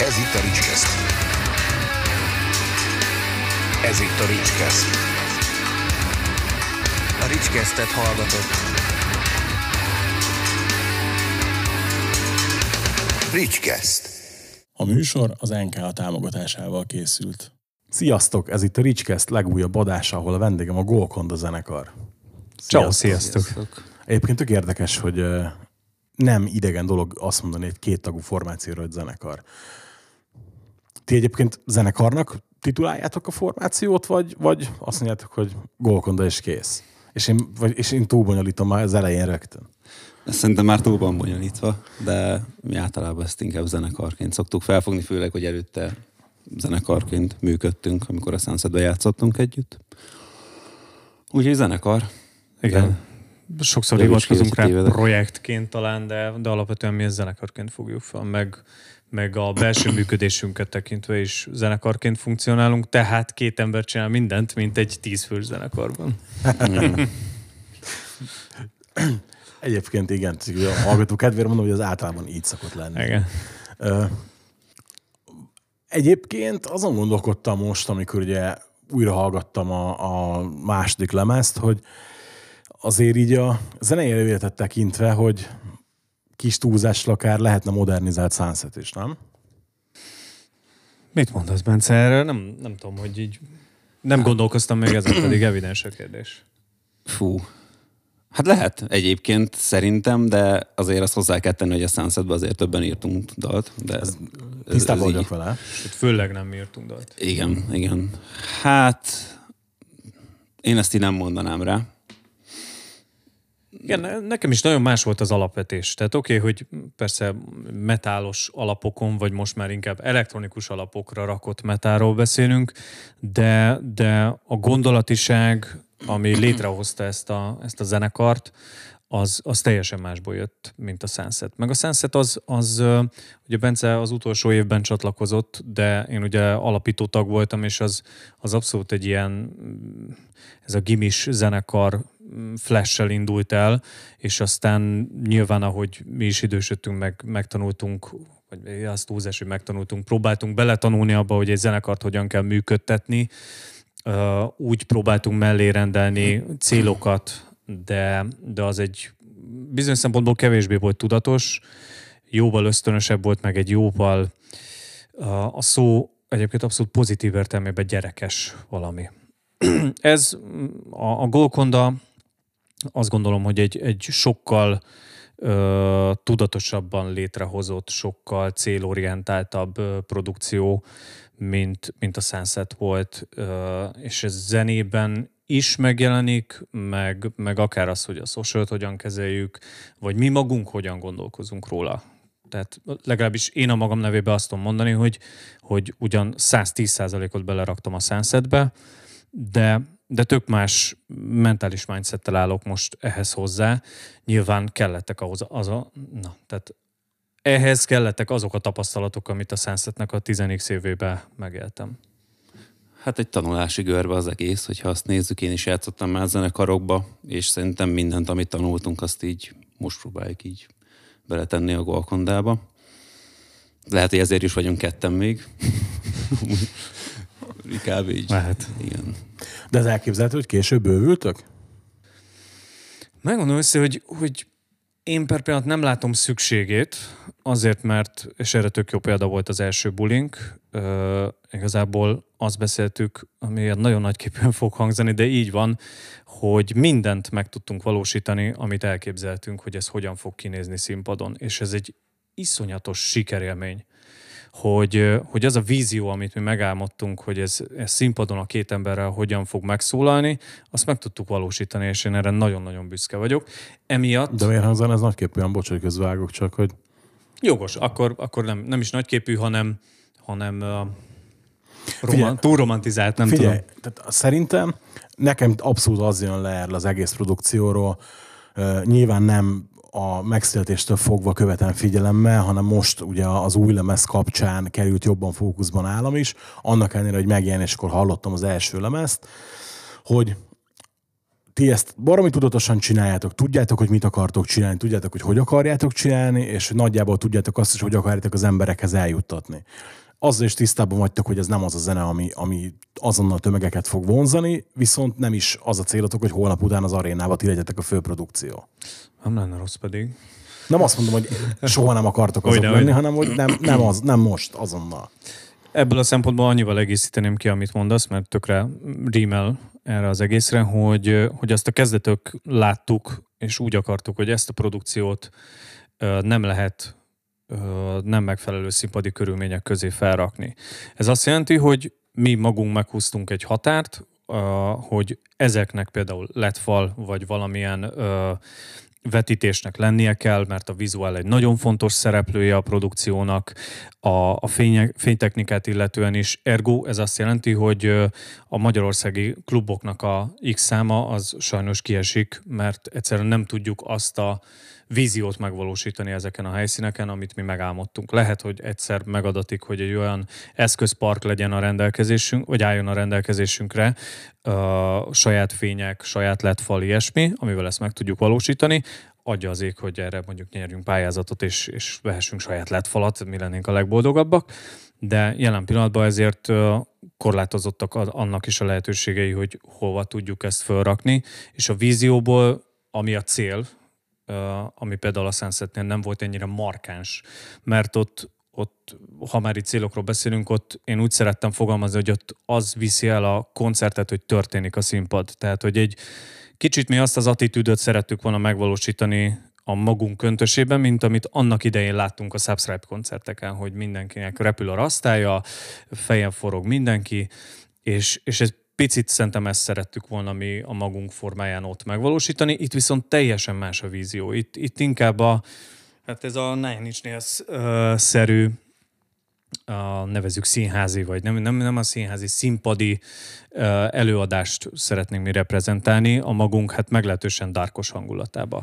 Ez itt a Ricskeszt. Ez itt a Ricskeszt. A Ricskesztet hallgatod. Ricskeszt. A műsor az NK támogatásával készült. Sziasztok! Ez itt a Ricskeszt legújabb adása, ahol a vendégem a Golconda zenekar. Ciao, sziasztok! Egyébként tök érdekes, hogy nem idegen dolog azt mondani egy kéttagú formációra, hogy zenekar. Ti egyébként zenekarnak tituláljátok a formációt, vagy azt mondjátok, hogy Golconda és kész? És én túlbonyolítom már az elején rögtön. Szerintem már túl van bonyolítva, de mi általában ezt inkább zenekarként szoktuk felfogni, főleg, hogy előtte zenekarként működtünk, amikor a Sunsetbe játszottunk együtt. Úgyhogy zenekar. Igen. Sokszor hivatkozunk rá projektként talán, de alapvetően mi ezt zenekarként fogjuk fel, meg a belső működésünket tekintve is zenekarként funkcionálunk, tehát két ember csinál mindent, mint egy 10 fős zenekarban. Egyébként igen, a hallgató kedvére mondom, hogy az általában így szokott lenni. Igen. Egyébként azon gondolkodtam most, amikor ugye újra hallgattam a második lemezt, hogy azért így a zenei előéletet tekintve, hogy kis túlzásra akár lehetne modernizált Sunset is, nem? Mit mondasz, Bence, erről? Nem tudom, hogy így... Nem gondolkoztam még ezen, pedig evidens a kérdés. Fú. Hát lehet egyébként szerintem, de azért azt hozzá kell tenni, hogy a Sunsetben azért többen írtunk dalt. Tisztában vagyok vele. Főleg nem írtunk dalt. Igen. Hát én ezt így nem mondanám rá. Igen, nekem is nagyon más volt az alapvetés. Tehát oké, hogy persze metálos alapokon, vagy most már inkább elektronikus alapokra rakott metálról beszélünk, de a gondolatiság, ami létrehozta ezt a zenekart, az teljesen másból jött, mint a Sunset. Meg a Sunset az ugye Bence az utolsó évben csatlakozott, de én ugye alapító tag voltam, és az abszolút egy ilyen, ez a gimis zenekar Flash-sel indult el, és aztán nyilván, ahogy mi is idősödtünk, megtanultunk, vagy azt túlzás, hogy megtanultunk, próbáltunk beletanulni abba, hogy egy zenekart hogyan kell működtetni, úgy próbáltunk mellé rendelni célokat, de az egy bizonyos szempontból kevésbé volt tudatos, jóval ösztönösebb volt, meg egy jóval a szó egyébként abszolút pozitív értelmében gyerekes valami. Ez a Golconda, azt gondolom, hogy egy sokkal tudatosabban létrehozott, sokkal célorientáltabb produkció, mint a Sunset volt, és ez zenében is megjelenik, meg akár az, hogy a social-t hogyan kezeljük, vagy mi magunk hogyan gondolkozunk róla. Tehát legalábbis én a magam nevében azt tudom mondani, hogy ugyan 110%-ot beleraktam a Sunsetbe, de tök más mentális mindsettel állok most ehhez hozzá. Nyilván kellettek tehát ehhez kellettek azok a tapasztalatok, amit a Sunsetnek a 10x évében megéltem. Hát egy tanulási görbe az egész, hogyha azt nézzük, én is játszottam már zenekarokba, és szerintem mindent, amit tanultunk, azt így most próbáljuk így beletenni a Golcondába. Lehet, hogy ezért is vagyunk ketten még. Kb. Így. Lehet. Igen. De ez elképzelhető, hogy később bővültök? Megmondom össze, hogy én per pillanat nem látom szükségét, azért, mert, és erre tök jó példa volt az első bulink, igazából azt beszéltük, ami nagyon nagyképűen fog hangzani, de így van, hogy mindent meg tudtunk valósítani, amit elképzeltünk, hogy ez hogyan fog kinézni színpadon, és ez egy iszonyatos sikerélmény. Hogy az a vízió, amit mi megálmodtunk, hogy ez színpadon a két emberrel hogyan fog megszólalni, azt meg tudtuk valósítani, és én erre nagyon-nagyon büszke vagyok. Emiatt... De miért hangzani ez nagyképűen? Bocs, hogy közvágok, csak hogy... Jogos, akkor nem is nagyképű, hanem túl romantizált, nem tudom. Tehát szerintem nekem abszolút az jön le erről az egész produkcióról. Nyilván nem a megszületéstől fogva követem figyelemmel, hanem most ugye az új lemez kapcsán került jobban fókuszban állam is, annak ellenére, hogy megjelenéskor hallottam az első lemezt, hogy ti ezt baromi tudatosan csináljátok, tudjátok, hogy mit akartok csinálni, tudjátok, hogy akarjátok csinálni, és nagyjából tudjátok azt is, hogy akarjátok az emberekhez eljuttatni. Azzal is tisztában vagytok, hogy ez nem az a zene, ami azonnal tömegeket fog vonzani, viszont nem is az a célotok, hogy holnap után az arénába ti legyetek a főprodukció. Nem lenne rossz pedig. Nem azt mondom, hogy soha nem akartok azok lenni, hanem hogy nem most, azonnal. Ebből a szempontból annyival egészíteném ki, amit mondasz, mert tökre rímel erre az egészre, hogy azt a kezdetök láttuk, és úgy akartuk, hogy ezt a produkciót nem lehet nem megfelelő színpadi körülmények közé felrakni. Ez azt jelenti, hogy mi magunk meghúztunk egy határt, hogy ezeknek például LED-fal, vagy valamilyen vetítésnek lennie kell, mert a vizuál egy nagyon fontos szereplője a produkciónak, a fénytechnikát illetően is. Ergo ez azt jelenti, hogy a magyarországi kluboknak a X száma az sajnos kiesik, mert egyszerűen nem tudjuk azt a víziót megvalósítani ezeken a helyszíneken, amit mi megálmodtunk. Lehet, hogy egyszer megadatik, hogy egy olyan eszközpark legyen a rendelkezésünk, vagy álljon a rendelkezésünkre, saját fények, saját LED-fal, ilyesmi, amivel ezt meg tudjuk valósítani. Adja az ég, hogy erre mondjuk nyerjünk pályázatot, és vehessünk saját LED-falat, mi lennénk a legboldogabbak. De jelen pillanatban ezért korlátozottak annak is a lehetőségei, hogy hova tudjuk ezt fölrakni, és a vízióból, ami a cél, ami például a Sunsetnél nem volt ennyire markáns, mert ott, ha már itt célokról beszélünk, ott én úgy szerettem fogalmazni, hogy ott az viszi el a koncertet, hogy történik a színpad. Tehát, hogy egy kicsit mi azt az attitűdöt szerettük volna megvalósítani a magunk köntösében, mint amit annak idején láttunk a Subscribe koncerteken, hogy mindenkinek repül a rasztája, fejen forog mindenki, és ez picit szerintem ezt szerettük volna mi a magunk formáján ott megvalósítani. Itt viszont teljesen más a vízió. Itt inkább hát ez a Nine Inch Nails-szerű, nevezzük színházi, vagy nem a színházi, színpadi előadást szeretnénk mi reprezentálni a magunk hát meglehetősen dárkos hangulatába.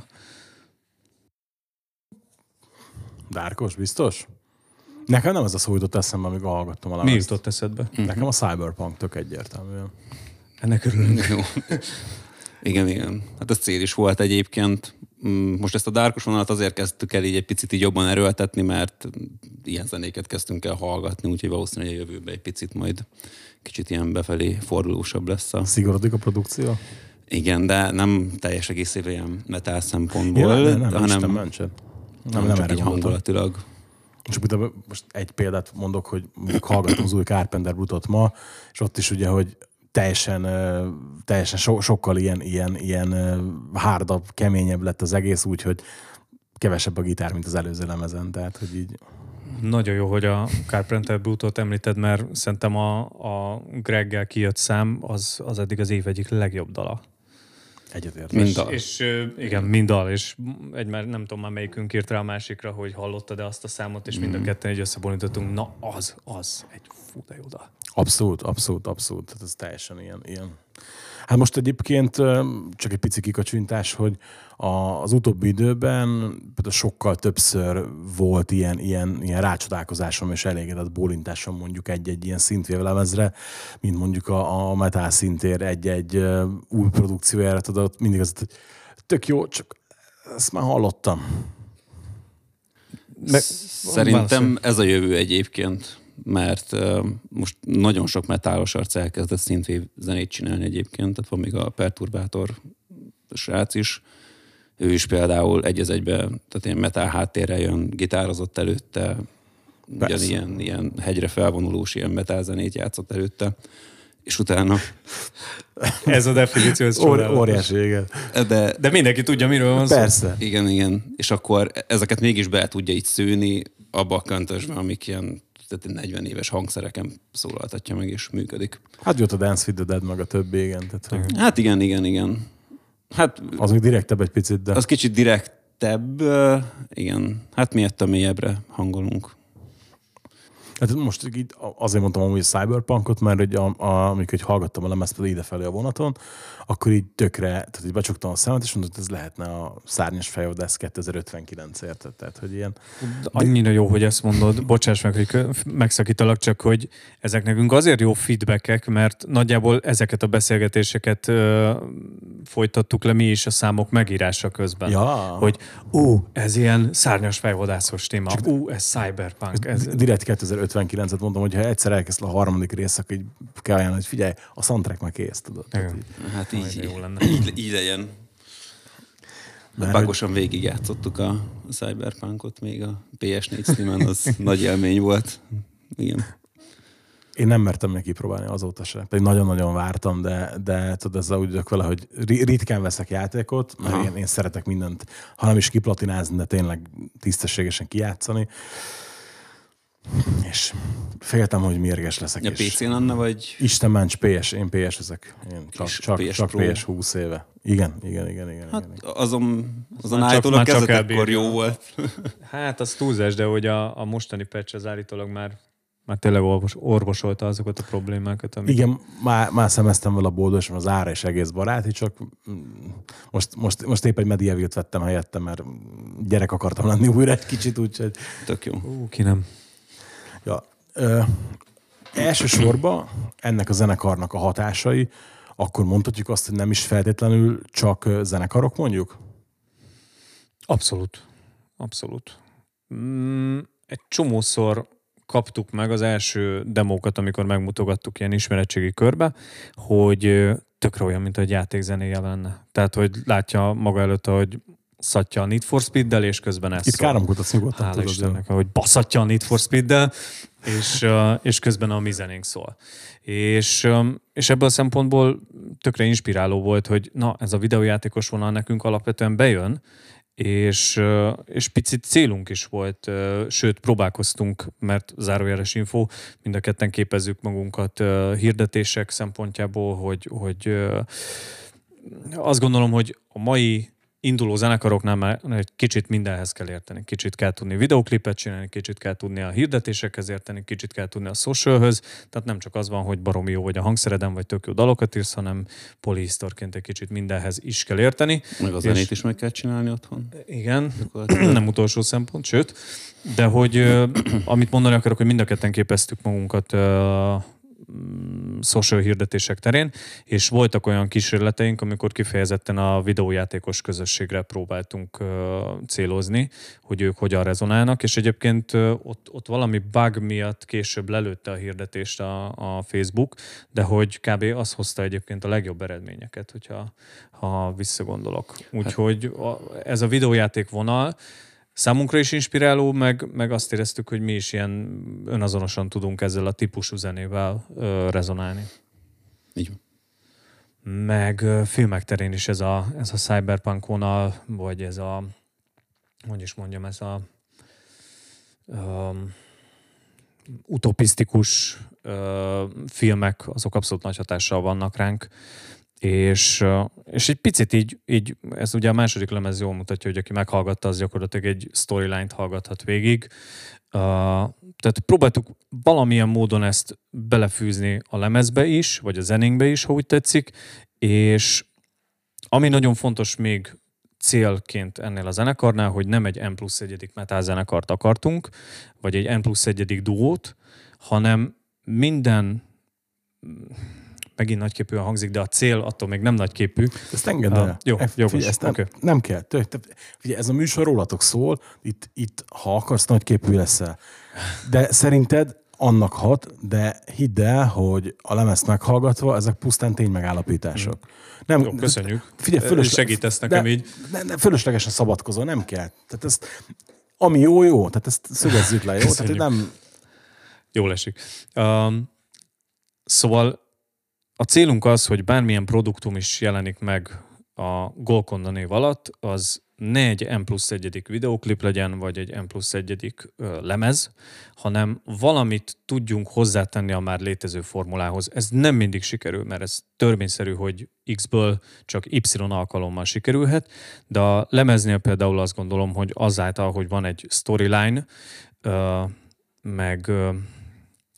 Dárkos, biztos? Nekem nem ez a szó jutott eszembe, amíg hallgattam a lemezt. Mi jutott eszedbe? Nekem a Cyberpunk tök egyértelműen. Ennek örülünk. Jó. Igen. Hát ez cél is volt egyébként. Most ezt a dárkos vonalat azért kezdtük el így egy picit így jobban erőltetni, mert ilyen zenéket kezdtünk el hallgatni, úgyhogy valószínűleg a jövőben egy picit majd kicsit ilyen befelé fordulósabb lesz a... Szigorodik a produkció? Igen, de nem teljes egészében ilyen metal szempontból, hanem nem csak így hangulatilag. Most egy példát mondok, hogy hallgatom az új Carpenter Brutot ma, és ott is ugye, hogy teljesen sokkal ilyen hárdabb, keményebb lett az egész, úgyhogy kevesebb a gitár, mint az előző lemezen, tehát hogy így... Nagyon jó, hogy a Carpenter Brutot említed, mert szerintem a Greggel kijött szám az eddig az év egyik legjobb dala. Egyetértek. Mind dal. És igen, mind dal, és nem tudom már melyikünk írt rá a másikra, hogy hallottad-e azt a számot, és mind a ketten így összebonítottunk. Na, az egy fú, de jó dal. Abszolút. Tehát ez teljesen ilyen. Hát most egyébként csak egy pici kikacsintás, hogy az utóbbi időben például sokkal többször volt ilyen rácsodálkozásom és elégedett bólintásom mondjuk egy ilyen szintvévlemezre, mint mondjuk a metal szintér egy új produkciójára, tudod, mindig az, hogy tök jó, csak ezt már hallottam. Szerintem ez a jövő egyébként, mert most nagyon sok metálos arc elkezdett szintvév zenét csinálni egyébként, tehát van még a Perturbátor srác is, ő is például egy az egybe, tehát ilyen metal háttérrel jön, gitározott előtte, ugyanilyen ilyen hegyre felvonulós ilyen metal zenét játszott előtte, és utána... Ez a definíció, ez óriási, igen. De mindenki tudja, miről van szó. Persze. Igen. És akkor ezeket mégis be tudja így szőni abba a köntösben, amik ilyen tehát 40 éves hangszereken szólaltatja meg, és működik. Hát jött a Dance with the Dead, meg a többi, igen. Tehát, hát igen. Hát, az még direktebb egy picit, de... Az kicsit direktebb, igen. Hát mi ettől mélyebbre hangolunk. Hát most így azért mondtam amúgy a Cyberpunkot, mert hogy amikor hallgattam a lemezt idefelé a vonaton, akkor így tökre, tehát így becsuktam a szemet, és mondtam, hogy ez lehetne a Szárnyas fejvadász 2059, érted? Tehát, hogy ilyen... Annyira jó, hogy ezt mondod. Bocsáss meg, hogy megszakítalak, csak hogy ezek nekünk azért jó feedbackek, mert nagyjából ezeket a beszélgetéseket folytattuk le mi is a számok megírása közben. Ja. Hogy ez ilyen szárnyas fejvadászos téma, ez Cyberpunk. Ez... Direkt 2059-et mondtam, hogy ha egyszer elkezd a harmadik rész, akkor így kell ajánlani, hogy figyelj, a soundtrack már kész, tudod. Hát így, jó lenne. így legyen. Mert Pakosan végigjátszottuk a Cyberpunkot még a PS4 Steam-en, az nagy élmény volt. Igen. Én nem mertem még kipróbálni azóta se. Pedig nagyon-nagyon vártam, de tudod, ezzel úgy vagyok vele, hogy ritkán veszek játékot, mert én szeretek mindent, ha nem is kiplatinázni, de tényleg tisztességesen kijátszani. És féltem, hogy mérges leszek. A PC-n lenne, vagy? Isten ments, PS, én PS ezek. Én csak PS PS 20 éve. Igen. Hát azon állítólag kezdetekkor jó volt. Hát az túlzás, de hogy a mostani patch az állítólag már tényleg orvosolta azokat a problémákat. Amik... Igen, már szemeztem vele a boldogos, az ára is egész baráti, csak most épp egy Medieval-t vettem helyette, mert gyerek akartam lenni újra egy kicsit, úgyhogy... Tök jó. Ki nem. Ja, elsősorban ennek a zenekarnak a hatásai, akkor mondhatjuk azt, hogy nem is feltétlenül csak zenekarok mondjuk? Abszolút. Egy csomószor kaptuk meg az első demókat, amikor megmutogattuk ilyen ismeretségi körbe, hogy tökre olyan, mint egy játékzenéje lenne. Tehát, hogy látja maga előtt, hogy szatja a Need for Speed-del, és közben ezt itt káromkodhatsz nyugodtan. Hála Istennek, hogy baszatja a Need for Speed-del, és közben a mi zenénk szól. És ebből a szempontból tökre inspiráló volt, hogy na, ez a videójátékos vonal nekünk alapvetően bejön, és picit célunk is volt, sőt, próbálkoztunk, mert zárójeles info, mind a ketten képezzük magunkat hirdetések szempontjából, hogy azt gondolom, hogy a mai induló zenekaroknál már egy kicsit mindenhez kell érteni. Kicsit kell tudni videóklipet csinálni, kicsit kell tudni a hirdetésekhez érteni, kicsit kell tudni a socialhöz. Tehát nem csak az van, hogy baromi jó vagy a hangszereden, vagy tök jó dalokat írsz, hanem polihisztorként egy kicsit mindenhez is kell érteni. Meg a zenét is meg kell csinálni otthon. Igen, nem utolsó szempont, sőt. De hogy amit mondani akarok, hogy mind a ketten képeztük magunkat social hirdetések terén, és voltak olyan kísérleteink, amikor kifejezetten a videójátékos közösségre próbáltunk célozni, hogy ők hogyan rezonálnak, és egyébként ott valami bug miatt később lelőtte a hirdetést a Facebook, de hogy kb. Az hozta egyébként a legjobb eredményeket, ha visszagondolok. Úgyhogy ez a videójáték vonal számunkra is inspiráló, meg azt éreztük, hogy mi is ilyen önazonosan tudunk ezzel a típusú zenével rezonálni. Így. Meg filmek terén is ez a cyberpunk vonal, vagy ez a, hogy is mondjam, ez a utopisztikus filmek, azok abszolút nagy hatással vannak ránk. És egy picit így, ez ugye a második lemez jól mutatja, hogy aki meghallgatta, az gyakorlatilag egy storyline-t hallgathat végig. Tehát próbáltuk valamilyen módon ezt belefűzni a lemezbe is, vagy a zenénkbe is, ha úgy tetszik, és ami nagyon fontos még célként ennél a zenekarnál, hogy nem egy N+1 metal zenekart akartunk, vagy egy N+1 duót, hanem minden... Megint nagyképűen hangzik, de a cél attól még nem nagyképű. Ezt engedd el. Jó, jogos. Nem kell. Figyelj, ez a műsor rólatok szól, itt ha akarsz, nagyképű leszel. De szerinted annak hat, de hidd el, hogy a lemezt meghallgatva, ezek pusztán ténymegállapítások. Nem, jó, köszönjük. Figyelj, segítesz nekem így. De fölöslegesen szabadkozol, nem kell. Tehát ezt, ami jó, tehát ezt szögezzük le, jó? Tehát nem... Jól esik. Szóval a célunk az, hogy bármilyen produktum is jelenik meg a Golconda név alatt, az ne egy N+1 videóklip legyen, vagy egy N+1 lemez, hanem valamit tudjunk hozzátenni a már létező formulához. Ez nem mindig sikerül, mert ez törvényszerű, hogy X-ből csak Y alkalommal sikerülhet, de a lemeznél például azt gondolom, hogy azáltal, hogy van egy storyline, meg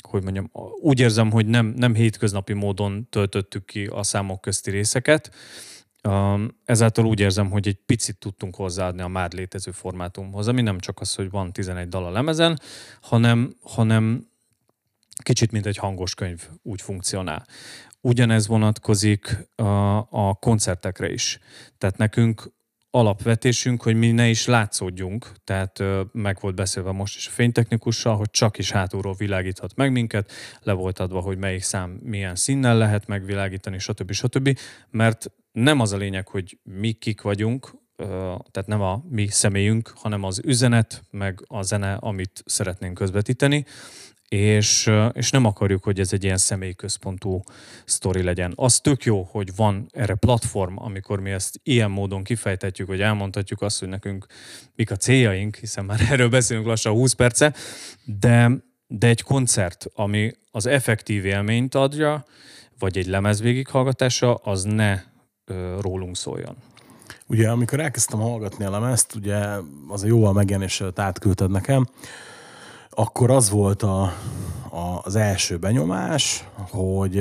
hogy mondjam, úgy érzem, hogy nem hétköznapi módon töltöttük ki a számok közti részeket. Ezáltal úgy érzem, hogy egy picit tudtunk hozzáadni a már létező formátumhoz, ami nem csak az, hogy van 11 dal a lemezen, hanem kicsit, mint egy hangos könyv úgy funkcionál. Ugyanez vonatkozik a koncertekre is. Tehát nekünk alapvetésünk, hogy mi ne is látszódjunk, tehát meg volt beszélve most is a fénytechnikussal, hogy csak is hátulról világíthat meg minket, le volt adva, hogy melyik szám milyen színnel lehet megvilágítani, stb. Mert nem az a lényeg, hogy mi kik vagyunk, tehát nem a mi személyünk, hanem az üzenet, meg a zene, amit szeretnénk közvetíteni, és nem akarjuk, hogy ez egy ilyen személyközpontú sztori legyen. Az tök jó, hogy van erre platform, amikor mi ezt ilyen módon kifejtetjük, hogy elmondhatjuk azt, hogy nekünk mik a céljaink, hiszen már erről beszélünk lassan 20 perce, de egy koncert, ami az effektív élményt adja, vagy egy lemez végighallgatása, az ne rólunk szóljon. Ugye, amikor elkezdtem hallgatni a lemezt, ugye az a jóval megjelenés előtt átküldted nekem, akkor az volt az első benyomás, hogy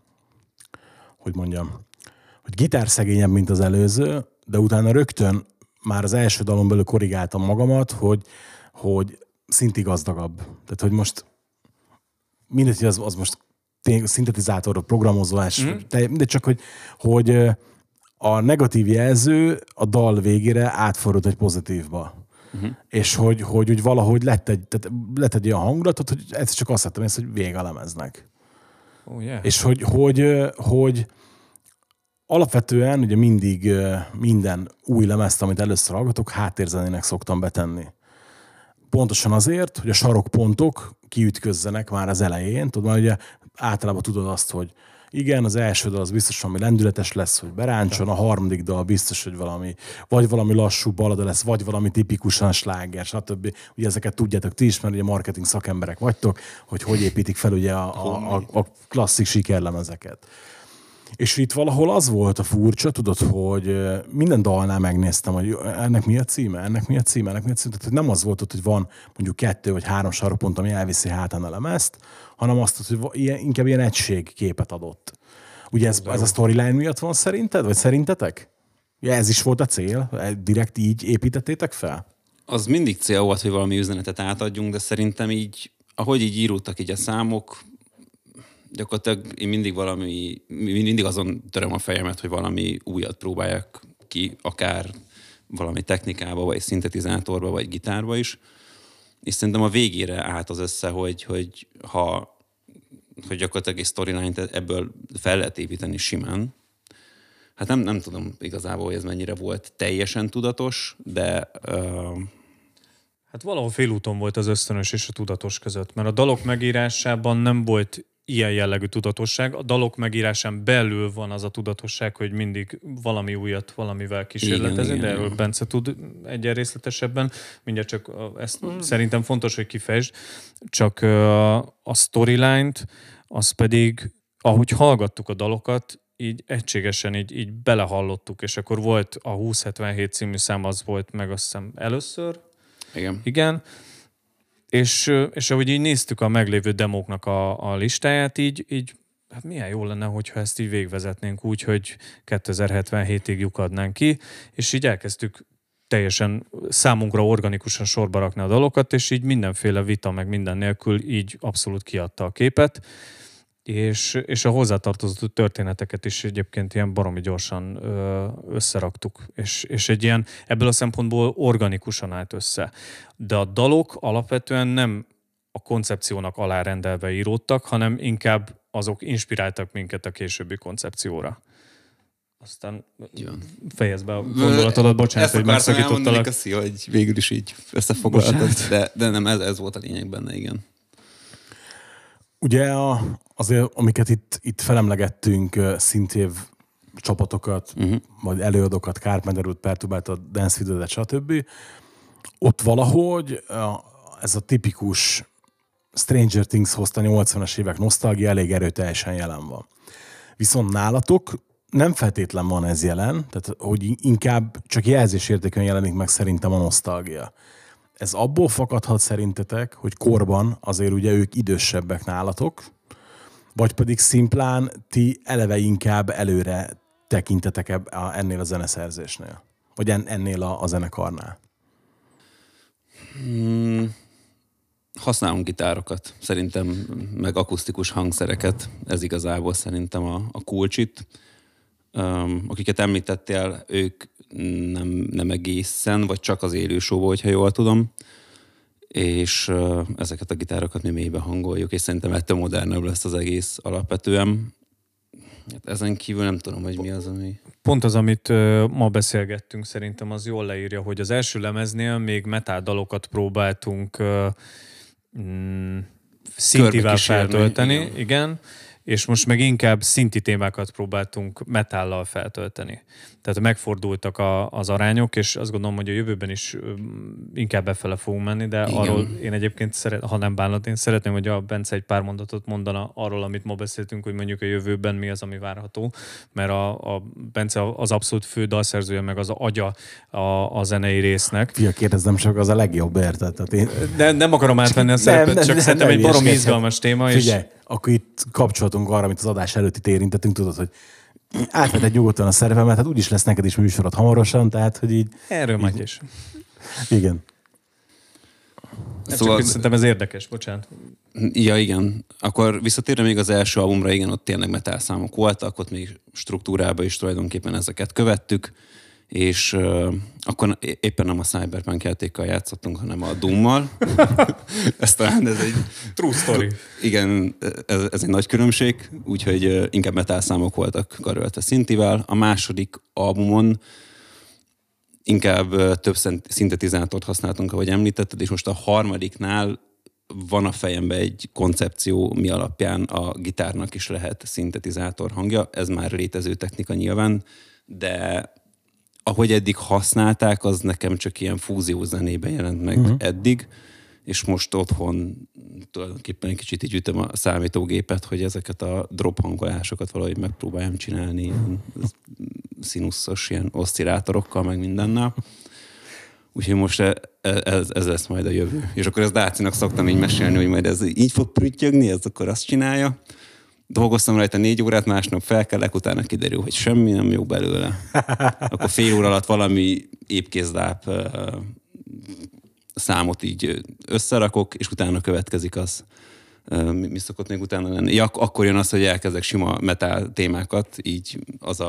mondjam, hogy gitárszegényebb, mint az előző, de utána rögtön már az első dalon belül korrigáltam magamat, hogy szintig gazdagabb. Tehát, hogy most mindegy, az most szintetizátor, programozás, de csak, hogy a negatív jelző a dal végére átfordult egy pozitívba. És hogy úgy valahogy lett egy olyan hangulatot, hogy ez csak azt hittem, hogy vége a lemeznek. Oh, yeah. És hogy alapvetően ugye mindig minden új lemezt, amit először hallgatok, háttérzenének szoktam betenni. Pontosan azért, hogy a sarokpontok kiütközzenek már az elején. Tudod, már ugye általában tudod azt, hogy igen, az első dal az biztos valami lendületes lesz, hogy beráncson, a harmadik dal biztos, hogy valami lassú balada lesz, vagy valami tipikusan sláger, stb. Ugye ezeket tudjátok ti is, mert ugye marketing szakemberek vagytok, hogy építik fel ugye a klasszik sikerlemezeket. És itt valahol az volt a furcsa, tudod, hogy minden dalnál megnéztem, hogy ennek mi a címe, ennek mi a címe. Tehát nem az volt ott, hogy van mondjuk 2 vagy 3 sarokpont, ami elviszi hátán a lemezt, hanem azt, hogy inkább ilyen egységképet adott. Ugye ez a storyline miatt van szerinted, vagy szerintetek? Ja, ez is volt a cél? Direkt így építettétek fel? Az mindig cél volt, hogy valami üzenetet átadjunk, de szerintem így, ahogy így írultak így a számok, gyakorlatilag én mindig azon töröm a fejemet, hogy valami újat próbáljak ki, akár valami technikába, vagy szintetizátorba, vagy gitárba is. És szerintem a végére állt az össze, hogy gyakorlatilag egy storyline-t ebből fel lehet építeni simán. Hát nem tudom igazából, hogy ez mennyire volt teljesen tudatos, de... Hát valahol félúton volt az ösztönös és a tudatos között, mert a dalok megírásában nem volt ilyen jellegű tudatosság. A dalok megírásán belül van az a tudatosság, hogy mindig valami újat valamivel kísérletezni, de erről Bence tud egyen részletesebben. Mindjárt csak ezt szerintem fontos, hogy kifejtsd. Csak a storyline-t, az pedig, ahogy hallgattuk a dalokat, így egységesen így belehallottuk, és akkor volt a 2077 című szám, az volt meg azt hiszem először. Igen. És ahogy így néztük a meglévő demóknak a listáját, így hát milyen jó lenne, hogyha ezt így végvezetnénk úgy, hogy 2077-ig lyukadnánk ki, és így elkezdtük teljesen számunkra organikusan sorba rakni a dalokat, és így mindenféle vita meg minden nélkül így abszolút kiadta a képet, és a hozzátartozó történeteket is egyébként ilyen baromi gyorsan összeraktuk, és egy ilyen ebből a szempontból organikusan állt össze. De a dalok alapvetően nem a koncepciónak alárendelve íródtak, hanem inkább azok inspiráltak minket a későbbi koncepcióra. Aztán fejezd be a gondolatodat, bocsánat, hogy megszakítottalak. Ezt akartam elmondani, hogy végül is így összefoglaltad, de nem, ez volt a lényeg benne, igen. Ugye azért, amiket itt felemlegettünk, szintév csapatokat, vagy előadókat, Carpenter, Perturbátor, Dance With, stb. Ott valahogy ez a tipikus Stranger Things hozta 80-as évek nosztalgia elég erőteljesen jelen van. Viszont nálatok nem feltétlen van ez jelen, tehát hogy inkább csak jelzésértékűen jelenik meg szerintem a nosztalgia. ez abból fakadhat szerintetek, hogy korban azért ugye ők idősebbek nálatok, vagy pedig szimplán ti eleve inkább előre tekintetek ennél a zeneszerzésnél? Vagy ennél a zenekarnál? Használunk gitárokat, szerintem, meg akusztikus hangszereket. Ez igazából szerintem a kulcsit. Akiket említettél, ők nem egészen, vagy csak az élő show-ból, hogyha jól tudom. És ezeket a gitárokat mi mélybe hangoljuk, és szerintem ettől modernebb lesz az egész alapvetően. Hát ezen kívül nem tudom, hogy mi az, ami... Pont az, amit ma beszélgettünk, szerintem az jól leírja, hogy az első lemeznél még metal dalokat próbáltunk szintivel feltölteni, igen, és most meg inkább szinti témákat próbáltunk metállal feltölteni. Tehát megfordultak az arányok, és azt gondolom, hogy a jövőben is inkább befele fogunk menni, de igen. Arról én egyébként, ha nem bánat, én szeretném, hogy a Bence egy pár mondatot mondana arról, amit ma beszéltünk, hogy mondjuk a jövőben mi az, ami várható, mert a Bence az abszolút fő dalszerzője, meg az agya a zenei résznek. Fia, kérdezzem, csak az a legjobb, érted? Tehát én... Nem akarom átvenni a szerepet, csak szerintem egy baromi izgalmas téma. Figyelj, akkor itt kapcsolatunk arra, amit az adás előtt itt érintettünk, tudod, hogy átveted nyugodtan a szervemet, hát úgyis lesz neked is műsorod hamarosan, tehát, hogy így... Erről majd is. Igen. Szóval... Csak szerintem ez érdekes, bocsánat. Ja, igen. Akkor visszatérve még az első albumra, igen, ott tényleg metal számok voltak, ott még struktúrában is tulajdonképpen ezeket követtük, és akkor éppen nem a Cyberpunk játékkal játszottunk, hanem a Doom-mal. Ez talán ez egy... True story. Igen, ez egy nagy különbség, úgyhogy inkább metal számok voltak karöltve szintivel. A második albumon inkább több szintetizátort használtunk, ahogy említetted, és most a harmadiknál van a fejemben egy koncepció, mi alapján a gitárnak is lehet szintetizátor hangja. Ez már létező technika nyilván, de ahogy eddig használták, az nekem csak ilyen fúzió zenében jelent meg eddig, és most otthon tulajdonképpen egy kicsit így ütöm a számítógépet, hogy ezeket a drop hangolásokat valahogy megpróbáljam csinálni, ilyen színuszos ilyen oszcillátorokkal, meg mindennel. Úgyhogy most ez lesz majd a jövő. És akkor ezt Dácinak szoktam így mesélni, hogy majd ez így fog prüttyögni, ez akkor azt csinálja. Dolgoztam rajta 4 órát, másnap felkelek, utána kiderül, hogy semmi nem jó belőle. Akkor fél óra alatt valami épkézláb számot így összerakok, és utána következik az. Mi szokott még utána lenni? Ja, akkor jön az, hogy elkezdek sima metal témákat, így az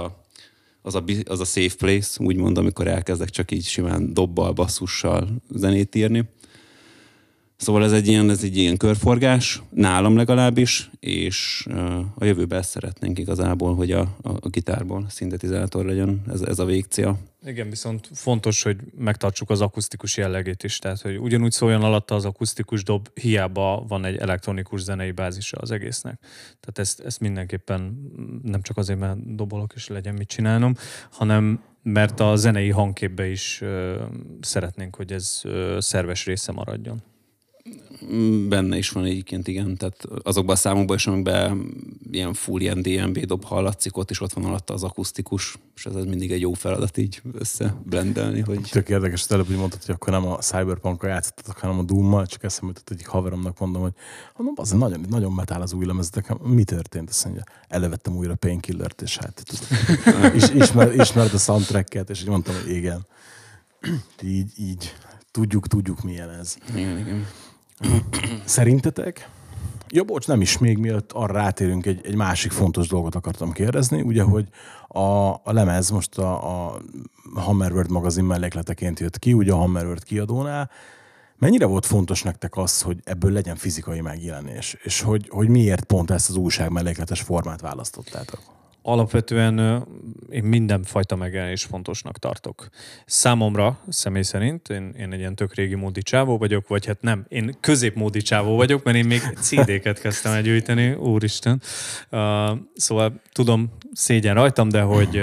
a safe place, úgymond, amikor elkezdek csak így simán dobbal, basszussal zenét írni. Szóval ez egy ilyen körforgás, nálam legalábbis, és a jövőben ezt szeretnénk igazából, hogy a gitárból szintetizátor legyen, ez a végcél. Igen, viszont fontos, hogy megtartsuk az akusztikus jellegét is, tehát hogy ugyanúgy szóljon alatta az akusztikus dob, hiába van egy elektronikus zenei bázisa az egésznek. Tehát ezt mindenképpen nem csak azért, mert dobolok és legyen mit csinálnom, hanem mert a zenei hangképbe is szeretnénk, hogy ez szerves része maradjon. Benne is van egyébként, igen. Tehát azokban a számokban is, amikben ilyen full ilyen DNB dob hallatszik, ott is ott van alatta az akusztikus, és ez mindig egy jó feladat így összeblendelni. Hogy... Tök érdekes, hogy előbb úgy mondtad, hogy akkor nem a Cyberpunk-kal játszottatok, hanem a Doom-mal, csak eszembe jutott egyik haveromnak mondom, hogy az nagyon, nagyon metál az új lemezek. Mi történt? Azt mondja, elővettem újra Painkillert, és hát ismered a soundtracket, és így mondtam, hogy igen. Így tudjuk milyen ez. Igen. Szerintetek? Ja, bocs, nem is, még mielőtt arra rátérünk, egy másik fontos dolgot akartam kérdezni, ugye, hogy a lemez most a Hammerworld magazin mellékleteként jött ki, ugye a Hammerworld kiadónál. Mennyire volt fontos nektek az, hogy ebből legyen fizikai megjelenés, és hogy miért pont ezt az újság mellékletes formát választottátok? Alapvetően én mindenfajta megjelenés fontosnak tartok. Számomra, személy szerint, én egy ilyen tök régi módi csávó vagyok, vagy hát nem, én középmódi csávó vagyok, mert én még CD-ket kezdtem el gyűjteni, úristen. Szóval tudom, szégyen rajtam, de hogy...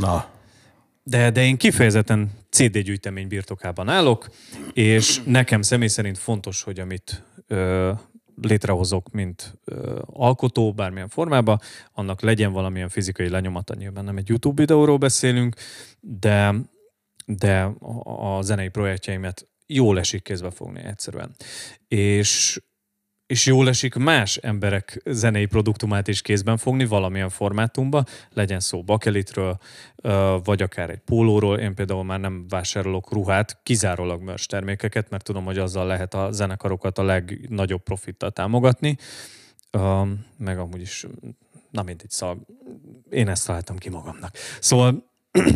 De én kifejezetten CD gyűjtemény birtokában állok, és nekem személy szerint fontos, hogy amit... létrehozok, mint alkotó, bármilyen formában, annak legyen valamilyen fizikai lenyomata. Nyilván nem egy YouTube videóról beszélünk, de a zenei projektjeimet jól esik kézbe fogni egyszerűen. És jól esik más emberek zenei produktumát is kézben fogni valamilyen formátumba, legyen szó bakelitről, vagy akár egy pólóról. Én például már nem vásárolok ruhát, kizárólag merch termékeket, mert tudom, hogy azzal lehet a zenekarokat a legnagyobb profittal támogatni. Meg amúgy is, na mindegy, szóval én ezt találtam ki magamnak. Szóval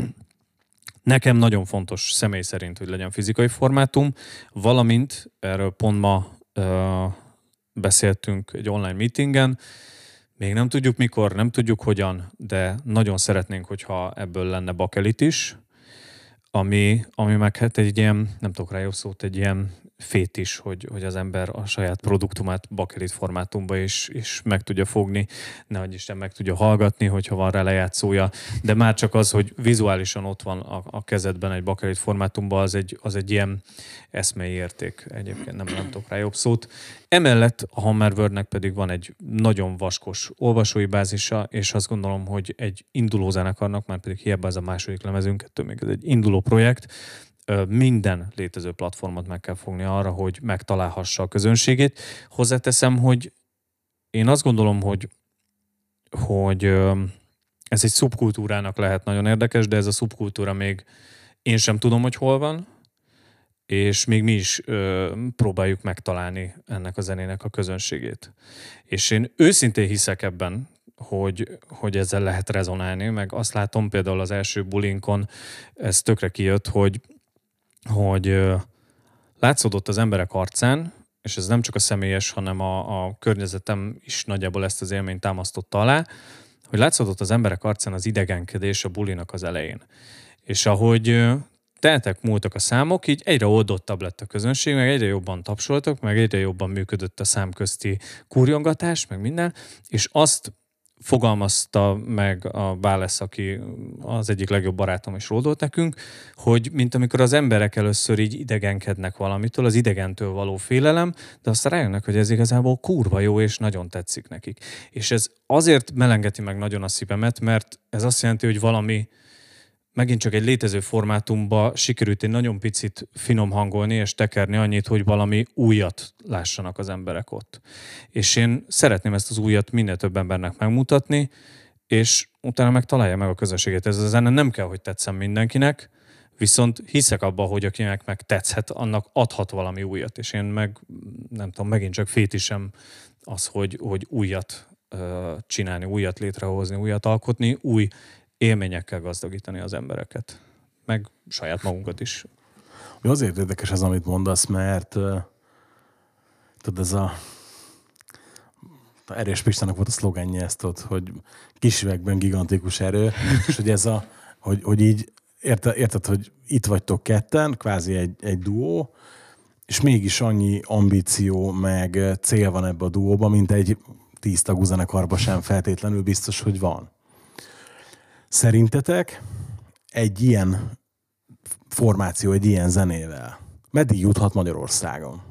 nekem nagyon fontos személy szerint, hogy legyen fizikai formátum, valamint erről pont ma beszéltünk egy online meetingen, még nem tudjuk mikor, nem tudjuk hogyan, de nagyon szeretnénk, hogyha ebből lenne bakelit is, ami meg hát egy ilyen, nem tudok rá jó szót, egy ilyen fétis, hogy az ember a saját produktumát bakelit formátumba is meg tudja fogni, nehogy Isten meg tudja hallgatni, hogyha van rá lejátszója, de már csak az, hogy vizuálisan ott van a kezedben egy bakelit formátumban, az egy ilyen eszmei érték. Egyébként nem tudok rá jobb szót. Emellett a Hammerwordnek pedig van egy nagyon vaskos olvasói bázisa, és azt gondolom, hogy egy induló zenekarnak, már pedig hiába ez a második lemezünk, ettől még ez egy induló projekt, minden létező platformot meg kell fogni arra, hogy megtalálhassa a közönségét. Hozzáteszem, hogy én azt gondolom, hogy ez egy szubkultúrának lehet nagyon érdekes, de ez a szubkultúra még én sem tudom, hogy hol van, és még mi is próbáljuk megtalálni ennek a zenének a közönségét. És én őszintén hiszek ebben, hogy ezzel lehet rezonálni, meg azt látom például az első bulinkon, ez tökre kijött, hogy látszódott az emberek arcán, és ez nem csak a személyes, hanem a környezetem is nagyjából ezt az élményt támasztotta alá, hogy látszódott az emberek arcán az idegenkedés a bulinak az elején. És ahogy teltek, múltak a számok, így egyre oldottabb lett a közönség, meg egyre jobban tapsoltak, meg egyre jobban működött a számközti kurjongatás, meg minden, és azt fogalmazta meg a Bálesz, aki az egyik legjobb barátom, és ródolt nekünk, hogy mint amikor az emberek először így idegenkednek valamitől, az idegentől való félelem, de aztán rájönnek, hogy ez igazából kurva jó, és nagyon tetszik nekik. És ez azért melengeti meg nagyon a szívemet, mert ez azt jelenti, hogy valami megint csak egy létező formátumba sikerült egy nagyon picit finom hangolni és tekerni annyit, hogy valami újat lássanak az emberek ott. És én szeretném ezt az újat minél több embernek megmutatni, és utána meg találja meg a közösséget. Ez a zene nem kell, hogy tetszen mindenkinek, viszont hiszek abba, hogy akinek meg tetszhet, annak adhat valami újat. És én meg, nem tudom, megint csak fétisem az, hogy újat csinálni, újat létrehozni, újat alkotni, új élményekkel gazdagítani az embereket, meg saját magunkat is. Azért érdekes ez, amit mondasz, mert tudod, ez a Erős Pistának volt a szlogenje ezt ott, hogy kis üvegben gigantikus erő, és hogy ez hogy így érted, hogy itt vagytok ketten, kvázi egy duó, és mégis annyi ambíció meg cél van ebbe a duóba, mint egy 10 tagú zenekarban sem feltétlenül biztos, hogy van. Szerintetek egy ilyen formáció, egy ilyen zenével meddig juthat Magyarországon?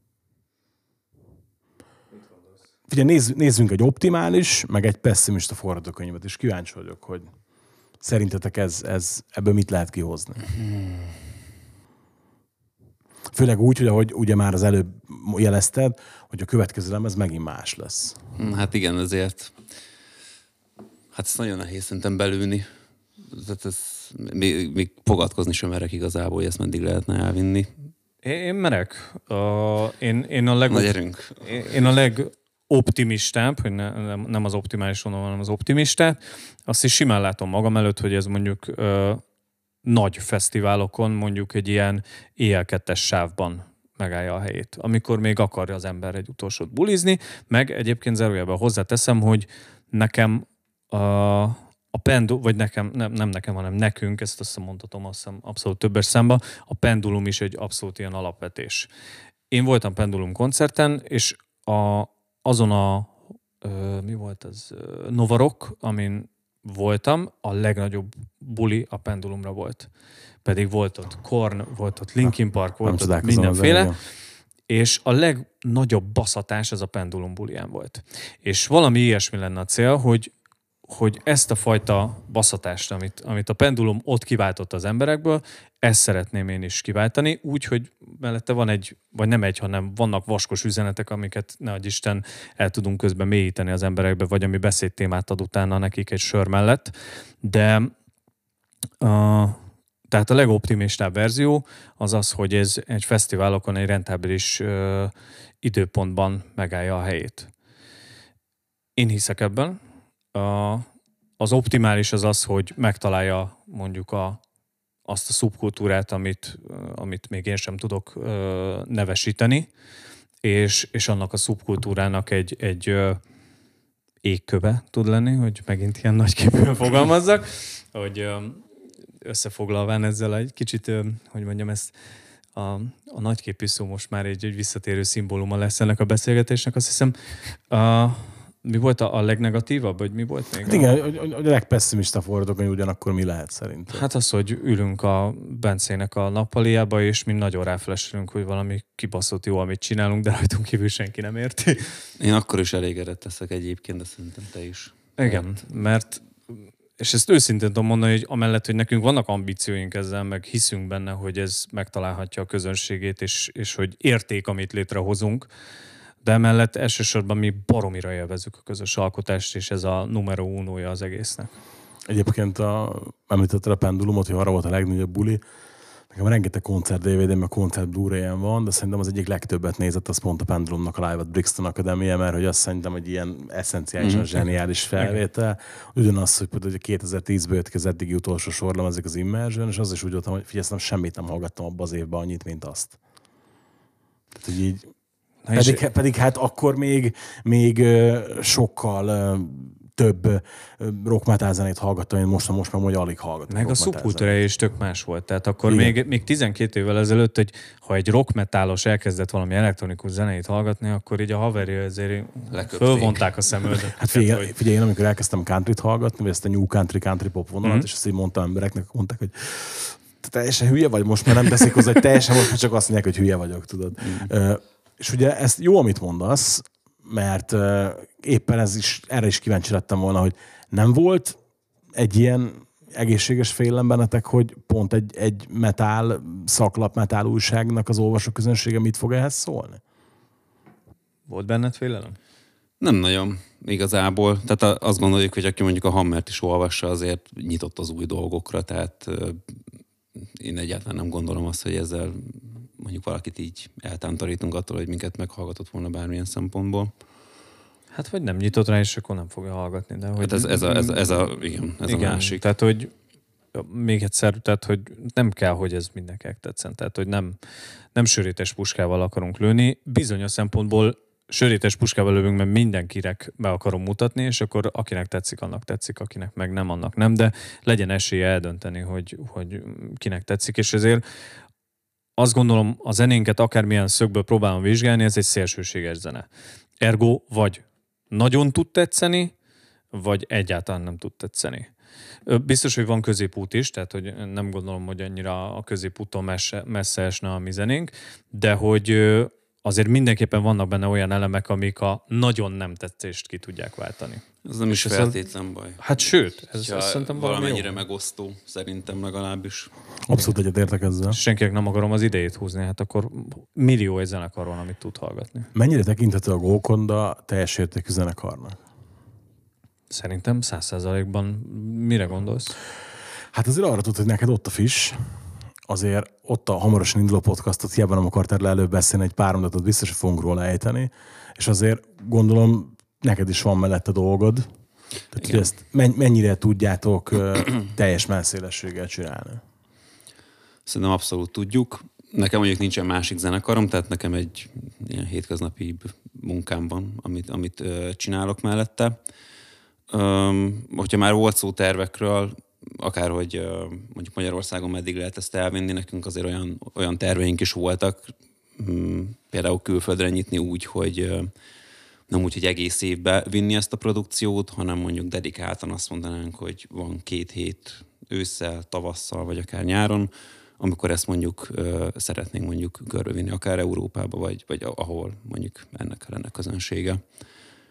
Figyelj, nézzünk egy optimális, meg egy pesszimista forgatókönyvet, és kíváncsi vagyok, hogy szerintetek ebből mit lehet kihozni? Főleg úgy, hogy ahogy ugye már az előbb jelezted, hogy a következő lemez megint más lesz. Hát igen, ezért hát ez nagyon nehéz szerintem belülni. Tehát ez, még fogadkozni sem merek igazából, hogy ezt meddig lehetne elvinni. Én merek. Én a legoptimistább, hogy nem az optimális vonal, hanem az optimistát. Azt is simán látom magam előtt, hogy ez mondjuk nagy fesztiválokon, mondjuk egy ilyen éjjel-kettes sávban megállja a helyét, amikor még akarja az ember egy utolsót bulizni, meg egyébként zárójelben hozzáteszem, hogy nekem a pendulum, vagy nekem, nem nekem, hanem nekünk, ezt azt mondhatom, azt hiszem abszolút többes számba, a pendulum is egy abszolút ilyen alapvetés. Én voltam pendulum koncerten, és azon mi volt az? Nova Rock, amin voltam, a legnagyobb buli a pendulumra volt. Pedig volt ott Korn, volt ott Linkin Park, volt ott mindenféle, és a legnagyobb baszatás az a pendulum bulián volt. És valami ilyesmi lenne a cél, hogy ezt a fajta baszatást, amit a pendulum ott kiváltott az emberekből, ezt szeretném én is kiváltani, úgy, hogy mellette van vagy nem hanem vannak vaskos üzenetek, amiket ne adj Isten el tudunk közben mélyíteni az emberekbe, vagy ami beszédtémát ad utána nekik egy sör mellett. De tehát a legoptimistább verzió az az, hogy ez egy fesztiválokon egy rentábilis időpontban megállja a helyét. Én hiszek ebben. Az optimális az, hogy megtalálja mondjuk azt a szubkultúrát, amit még én sem tudok nevesíteni, és annak a szubkultúrának egy égköve tud lenni, hogy megint ilyen nagyképűen fogalmazzak, hogy összefoglalván ezzel egy kicsit, hogy mondjam, ezt a nagyképű szó most már egy visszatérő szimbóluma lesz ennek a beszélgetésnek, azt hiszem. Mi volt a legnegatívabb, vagy mi volt még? Hát igen, a legpesszimista fordítok, hogy ugyanakkor mi lehet szerintem. Hát az, hogy ülünk a Bencének a nappaliába, és mi nagyon ráflesülünk, hogy valami kibaszott jó, amit csinálunk, de rajtunk kívül senki nem érti. Én akkor is elégedett leszek egyébként, de szerintem te is. Igen, mert és ezt őszintén tudom mondani, hogy amellett, hogy nekünk vannak ambícióink ezzel, meg hiszünk benne, hogy ez megtalálhatja a közönségét, és hogy érték, amit létrehozunk, de emellett elsősorban mi baromira élvezzük a közös alkotást, és ez a numero unója az egésznek. Egyébként említetted a pendulumot, hogy arra volt a legnagyobb buli. Nekem rengeteg koncert DVD, meg koncert Blu-ray-en van, de szerintem az egyik legtöbbet nézett, az pont a Pendulumnak a Live at Brixton Academy, mert hogy azt szerintem egy ilyen eszenciálisan zseniális felvétel. Ugyanaz, hogy például 2010-ből jött ki az eddigi utolsó sorlemezik az Immersion, és az is úgy voltam, hogy figyelj, semmit nem hallgattam abban az évben annyit, mint azt. Tehát, hogy így pedig hát akkor még sokkal több rock metal zenét hallgattam, én most meg majd alig hallgatom. Meg a szubkultúrája is tök más volt. Tehát akkor még 12 évvel ezelőtt, hogy ha egy rock metalos elkezdett valami elektronikus zenét hallgatni, akkor így a haveri azért fölvonták a szemöldet. Hát figyelj, én amikor elkezdtem countryt hallgatni, vagy ezt a new country pop vonalat, és azt így mondtam embereknek, mondták, hogy teljesen hülye vagy, most már nem teszik hozzá, hogy teljesen most már csak azt mondják, hogy hülye vagyok, tudod. És ugye ezt jó, amit mondasz, mert éppen erre is kíváncsi lettem volna, hogy nem volt egy ilyen egészséges félelem bennetek, hogy pont egy metal, szaklap metal újságnak az olvasóközönsége mit fog ehhez szólni? Volt benned félelem? Nem nagyon, igazából. Tehát azt gondoljuk, hogy aki mondjuk a Hammert is olvassa, azért nyitott az új dolgokra, tehát én egyáltalán nem gondolom azt, hogy ezzel mondjuk valakit így eltántorítunk attól, hogy minket meghallgatott volna bármilyen szempontból. Hát vagy nem nyitott rá, és akkor nem fogja hallgatni. De hogy hát ez a másik. Tehát, hogy még egyszer, tehát, hogy nem kell, hogy ez mindenkinek tetszen. Tehát, hogy nem sörétes puskával akarunk lőni. Bizonyos szempontból sörétes puskával lövünk, mert mindenkinek be akarom mutatni, és akkor akinek tetszik, annak tetszik, akinek meg nem, annak nem, de legyen esélye eldönteni, hogy kinek tetszik, és ezért azt gondolom, a zenénket akármilyen szögből próbálom vizsgálni, ez egy szélsőséges zene. Ergo vagy nagyon tud tetszeni, vagy egyáltalán nem tud tetszeni. Biztos, hogy van középút is, tehát hogy nem gondolom, hogy annyira a középúton messze esne a mi zenénk, de hogy azért mindenképpen vannak benne olyan elemek, amik a nagyon nem tetszést ki tudják váltani. Ez nem is feltétlen baj. Hát sőt, ez szerintem valamennyire megosztó, szerintem legalábbis. Abszolút egyetértek ezzel. Senkinek nem akarom az idejét húzni, hát akkor millió egy zenekar van, amit tud hallgatni. Mennyire tekinthető a Golconda teljes értékű zenekarnak? Szerintem 100%-ban mire gondolsz? Hát azért arra tudod, hogy neked ott a Fish, azért ott a hamarosan induló podcastot hiába nem akartál le előbb beszélni, egy pár mondatot biztos, hogy fogunk róla ejteni, és azért gondolom neked is van mellette dolgod, tehát hogy ezt mennyire tudjátok teljes messzélességgel csinálni? Szerintem abszolút tudjuk. Nekem mondjuk nincsen másik zenekarom, tehát nekem egy ilyen hétköznapi munkám van, amit csinálok mellette. Hogyha már volt szó tervekről, akárhogy mondjuk Magyarországon meddig lehet ezt elvinni, nekünk azért olyan terveink is voltak, például külföldre nyitni úgy, hogy nem úgy, hogy egész évben vinni ezt a produkciót, hanem mondjuk dedikáltan azt mondanánk, hogy van 2 hét ősszel, tavasszal, vagy akár nyáron, amikor ezt mondjuk szeretnénk mondjuk körbevinni, akár Európába, vagy ahol mondjuk ennek lenne közönsége.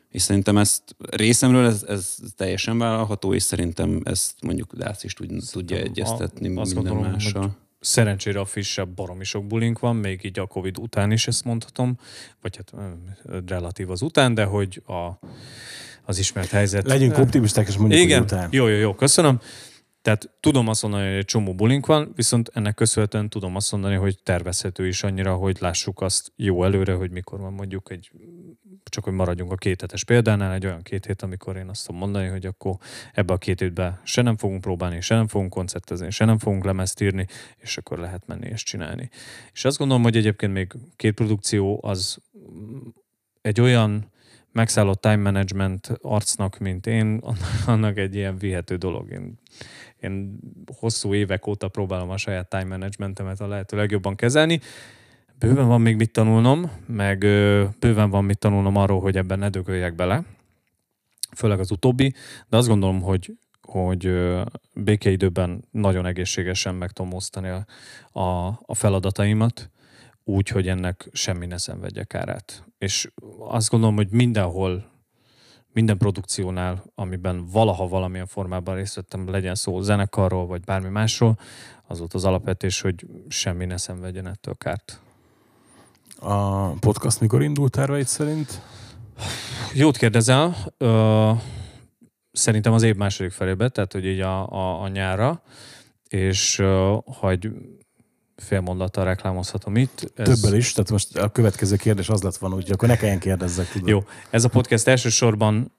És szerintem ezt részemről ez teljesen vállalható, és szerintem ezt mondjuk Dász is tudja egyeztetni minden mással. Szerencsére a frissebb baromi sok bulink van, még így a Covid után is ezt mondhatom, vagy hát relatív az után, de hogy az ismert helyzet... Legyünk optimisták, és mondjuk, igen, hogy után. Jó, köszönöm. Tehát tudom azt mondani, hogy egy csomó bulink van, viszont ennek köszönhetően tudom azt mondani, hogy tervezhető is annyira, hogy lássuk azt jó előre, hogy mikor van mondjuk csak hogy maradjunk a 2 hetes példánál, egy olyan 2 hét, amikor én azt tudom mondani, hogy akkor ebbe a 2 hétben se nem fogunk próbálni, se nem fogunk koncertezni, se nem fogunk lemezt írni, és akkor lehet menni és csinálni. És azt gondolom, hogy egyébként még 2 produkció az egy olyan megszállott time management arcnak, mint én, annak egy ilyen vihető dolog. Én hosszú évek óta próbálom a saját time managementemet a lehető legjobban kezelni. Bőven van még mit tanulnom, meg bőven van mit tanulnom arról, hogy ebben ne dögöljek bele. Főleg az utóbbi, de azt gondolom, hogy békeidőben nagyon egészségesen meg tudom osztani a feladataimat, úgy, hogy ennek semmi ne szenvedjek árát. És azt gondolom, hogy mindenhol, minden produkciónál, amiben valaha valamilyen formában részt vettem, legyen szó zenekarról, vagy bármi másról, az volt az alapvetés, hogy semmi ne szenvedjen ettől kárt. A podcast mikor indult terveid szerint? Jót kérdezel. Szerintem az év második felébe, tehát hogy így a nyárra, és ha egy fél mondattal reklámozhatom itt. Többel is, tehát most a következő kérdés az lett volna, úgyhogy akkor ne kelljen kérdezzek. Tudom. Jó, ez a podcast elsősorban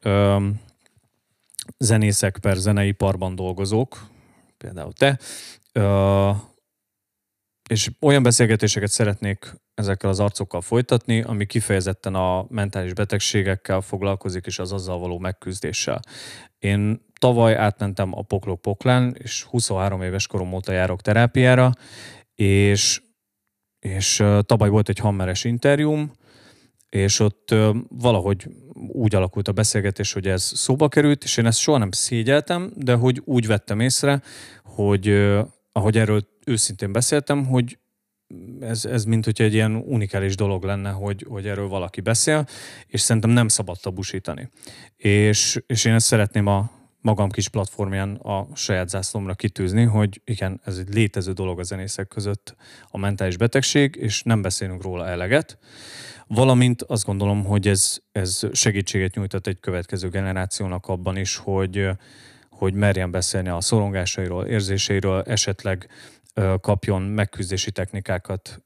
zenészek per zeneiparban dolgozók, például te, és olyan beszélgetéseket szeretnék ezekkel az arcokkal folytatni, ami kifejezetten a mentális betegségekkel foglalkozik, és az azzal való megküzdéssel. Én tavaly átmentem a poklok poklán, és 23 éves korom óta járok terápiára, és tavaly volt egy hammeres interjúm, és ott valahogy úgy alakult a beszélgetés, hogy ez szóba került, és én ezt soha nem szégyeltem, de hogy úgy vettem észre, hogy ahogy erről őszintén beszéltem, hogy ez mint hogyha egy ilyen unikális dolog lenne, hogy erről valaki beszél, és szerintem nem szabad tabusítani. És én ezt szeretném a magam kis platformján a saját zászlomra kitűzni, hogy igen, ez egy létező dolog a zenészek között a mentális betegség, és nem beszélünk róla eleget. Valamint azt gondolom, hogy ez segítséget nyújtott egy következő generációnak abban is, hogy merjen beszélni a szorongásairól, érzéseiről, esetleg kapjon megküzdési technikákat.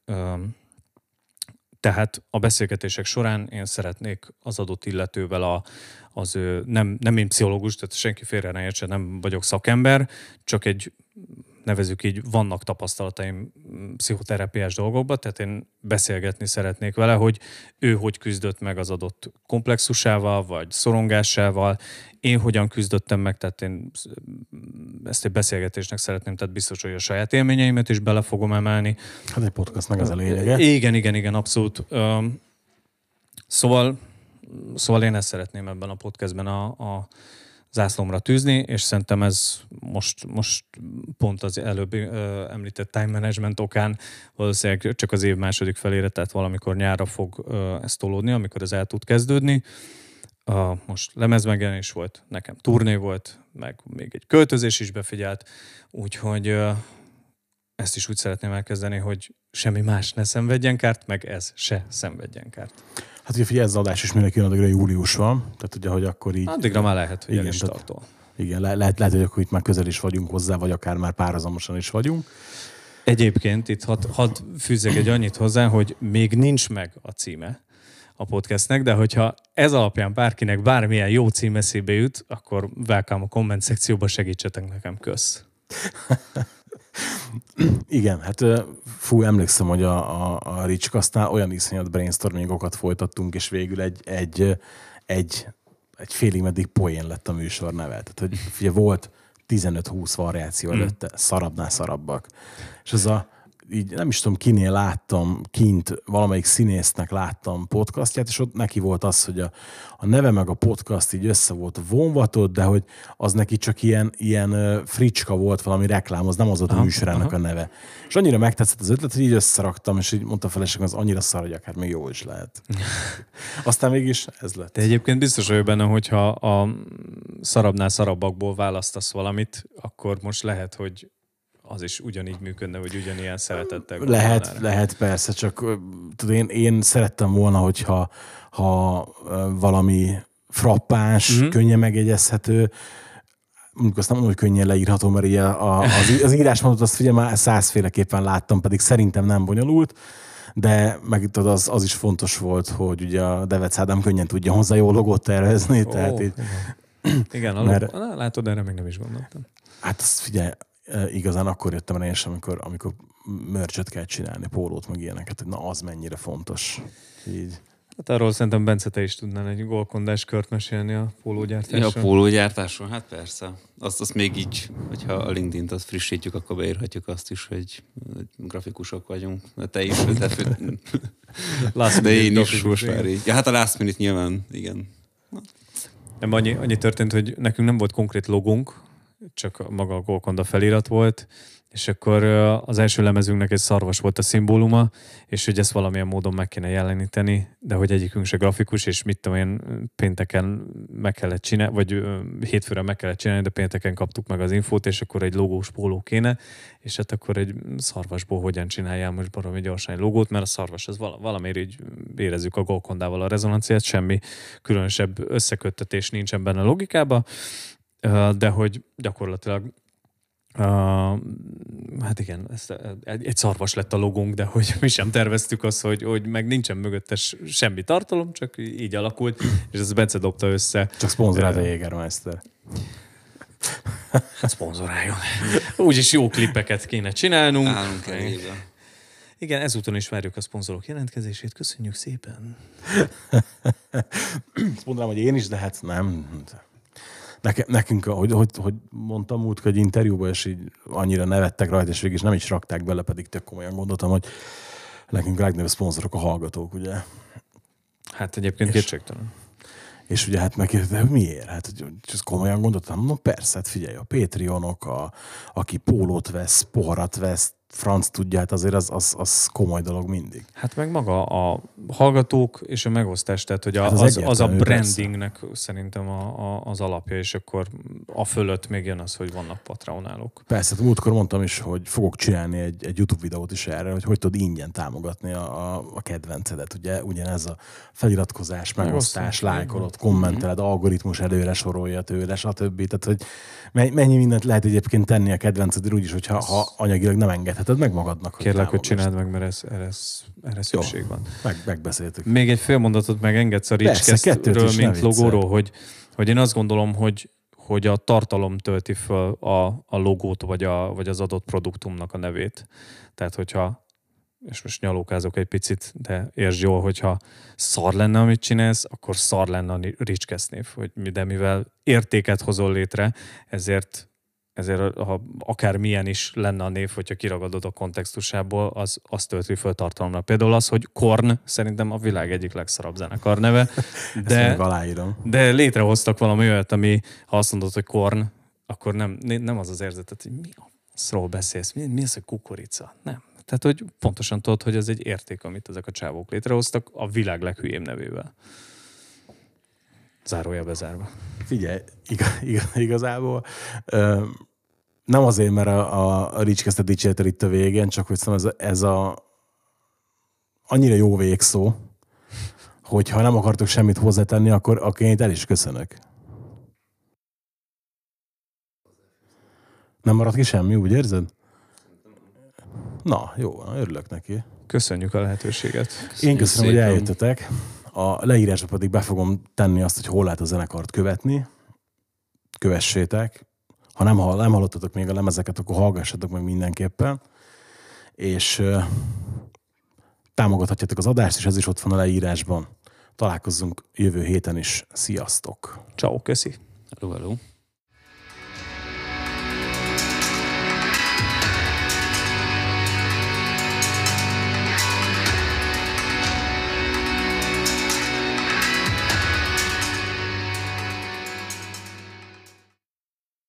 Tehát a beszélgetések során én szeretnék az adott illetővel nem én pszichológus, tehát senki félre ne értse, nem vagyok szakember, csak nevezzük így, vannak tapasztalataim pszichoterápiás dolgokban, tehát én beszélgetni szeretnék vele, hogy ő hogy küzdött meg az adott komplexusával, vagy szorongásával, én hogyan küzdöttem meg, tehát én ezt egy beszélgetésnek szeretném, tehát biztos, hogy a saját élményeimet is bele fogom emelni. Hát egy podcastnak az a lényege. Igen, abszolút. Szóval én ezt szeretném ebben a podcastben a zászlomra tűzni, és szerintem ez most pont az előbb említett time management okán valószínűleg csak az év második felére, tehát valamikor nyárra fog ez tolódni, amikor ez el tud kezdődni. Most lemezmegjelenés volt, nekem turné volt, meg még egy költözés is befigyelt, úgyhogy ezt is úgy szeretném elkezdeni, hogy semmi más ne szenvedjen kárt, meg ez se szenvedjen kárt. Hát ugye figyelj, ez az adás is mindenki addigra július van, tehát ugye, hogy akkor így... Addigra már lehet, hogy el is tartol. Igen, lehet, hogy akkor itt már közel is vagyunk hozzá, vagy akár már párhuzamosan is vagyunk. Egyébként itt hadd fűzzek egy annyit hozzá, hogy még nincs meg a címe a podcastnek, de hogyha ez alapján bárkinek bármilyen jó cím eszébe jut, akkor welcome a komment szekcióba, segítsetek nekem, kösz. Igen, hát emlékszem, hogy a Ricskasztnál olyan iszonyat brainstormingokat folytattunk, és végül egy félig meddig poén lett a műsor neve. Tehát, hogy figyelj, volt 15-20 variáció előtte, szarabbnál szarabbak. És ez így nem is tudom, kinél láttam kint, valamelyik színésznek láttam podcastját, és ott neki volt az, hogy a neve meg a podcast így össze volt vonvatott, de hogy az neki csak ilyen fricska volt, valami reklám, az nem az volt a műsorának a neve. És annyira megtetszett az ötlet, hogy így összeraktam, és így mondta a feleségem, az annyira szar, hogy akár még jó is lehet. Aztán mégis ez lett. De egyébként biztos vagyok benne, hogyha a szarabbnál szarabbakból választasz valamit, akkor most lehet, hogy az is ugyanígy működne, vagy ugyanilyen szeretettel. Lehet persze, csak tudod, én szerettem volna, hogyha valami frappáns, könnyen megjegyezhető, mondjuk azt nem mondom, hogy könnyen leírható, mert ugye az írásmódot azt figyelj, már 100-féleképpen láttam, pedig szerintem nem bonyolult, de meg tudod, az is fontos volt, hogy ugye a Devec Ádám könnyen tudja hozzá jó logót tervezni. Tehát így, igen, látod, erre még nem is gondoltam. Hát azt figyelj, igazán akkor jöttem rá én sem, amikor merch-öt kell csinálni, pólót, meg ilyeneket, hogy na az mennyire fontos. Így. Hát arról szerintem Bence, te is tudnál egy golkondás kört mesélni a pólógyártásról. Ja, a pólógyártásról, hát persze. Azt még így, hogyha a LinkedIn-t azt frissítjük, akkor beírhatjuk azt is, hogy grafikusok vagyunk. De te is, de én is most már így. Ja, hát a last minute nyilván, igen. Nem, annyi történt, hogy nekünk nem volt konkrét logónk, csak maga a Golconda felirat volt, és akkor az első lemezünknek egy szarvas volt a szimbóluma, és hogy ezt valamilyen módon meg kéne jeleníteni, de hogy egyikünk se grafikus, és mit tudom én, pénteken meg kellett csinálni, vagy hétfőre meg kellett csinálni, de pénteken kaptuk meg az infót, és akkor egy logós póló kéne, és hát akkor egy szarvasból hogyan csináljál most baromi gyorsan egy logót, mert a szarvas, az valamiért így érezzük a Golcondával a rezonanciát, semmi különösebb összeköttetés nincsen benne a logikába, de hogy gyakorlatilag hát igen, egy szarvas lett a logónk, de hogy mi sem terveztük azt, hogy meg nincsen mögöttes semmi tartalom, csak így alakult, és ezt Bence dobta össze. Csak szponzorált a Jägermeister. Hát szponzoráljon. Úgyis jó klippeket kéne csinálnunk. Állunk elébe. Igen, ezúton is várjuk a szponzorok jelentkezését. Köszönjük szépen. Azt mondanám, hogy én is, de hát nem. Nekünk, hogy mondtam múltkor egy interjúban, és így annyira nevettek rajta, és végig is nem is rakták bele, pedig tök komolyan gondoltam, hogy nekünk a legnagyobb szponzorok a hallgatók, ugye. Hát egyébként kétségtelen. És ugye hát megkérdezte, hogy miért? Hát, hogy ezt komolyan gondoltam, no persze, hát figyelj, a Patreonok, aki pólót vesz, poharat vesz, franc tudja, hát azért az komoly dolog mindig. Hát meg maga a hallgatók és a megosztás, tehát hogy hát az a brandingnek persze. Szerintem az alapja, és akkor a fölött még jön az, hogy vannak patronálók. Persze, hát múltkor mondtam is, hogy fogok csinálni egy YouTube videót is erre, hogy tudod ingyen támogatni a kedvencedet. Ugye ugyanez a feliratkozás, megosztás, lájkolod, kommenteled, algoritmus előre sorolja tőle, stb. Tehát, hogy mennyi mindent lehet egyébként tenni a kedvencedről úgyis, hogyha anyagilag nem engedheted meg magadnak. Kérlek, hogy csináld meg, mert erre szükség van. Megbeszéltük. Még egy fél mondatot megengedsz a Ricskesztről, mint logóról, hogy én azt gondolom, hogy a tartalom tölti föl a logót, vagy az adott produktumnak a nevét. Tehát, hogyha, és most nyalókázok egy picit, de értsd jól, hogyha szar lenne, amit csinálsz, akkor szar lenne a Ricskeszt név. De mivel értéket hozol létre, ezért ha akármilyen is lenne a név, hogyha kiragadod a kontextusából, az tölti föl tartalomra. Például az, hogy Korn szerintem a világ egyik legszarabb zenekar neve. De létrehoztak valami olyat, ami ha azt mondod, hogy Korn, akkor nem az az érzetet, hogy mi azról beszélsz, mi az, hogy kukorica? Nem. Tehát, hogy pontosan tudod, hogy ez egy érték, amit ezek a csávók létrehoztak a világ leghülyébb nevével. Zárója bezárva. Figyelj, igazából nem azért, mert a Ricskesztet dicsérted itt a végén, csak hogy szóval ez annyira jó végszó, hogy ha nem akartok semmit hozzátenni, akkor én itt el is köszönök. Nem maradt ki semmi, úgy érzed? Na, jó, örülök neki. Köszönjük a lehetőséget. Én köszönöm, hogy eljöttetek. A leírásba pedig be fogom tenni azt, hogy hol lehet a zenekart követni. Kövessétek. Ha nem hallottatok még a lemezeket, akkor hallgassatok meg mindenképpen. És támogathatjátok az adást, és ez is ott van a leírásban. Találkozzunk jövő héten is. Sziasztok! Ciao, köszi! Hello.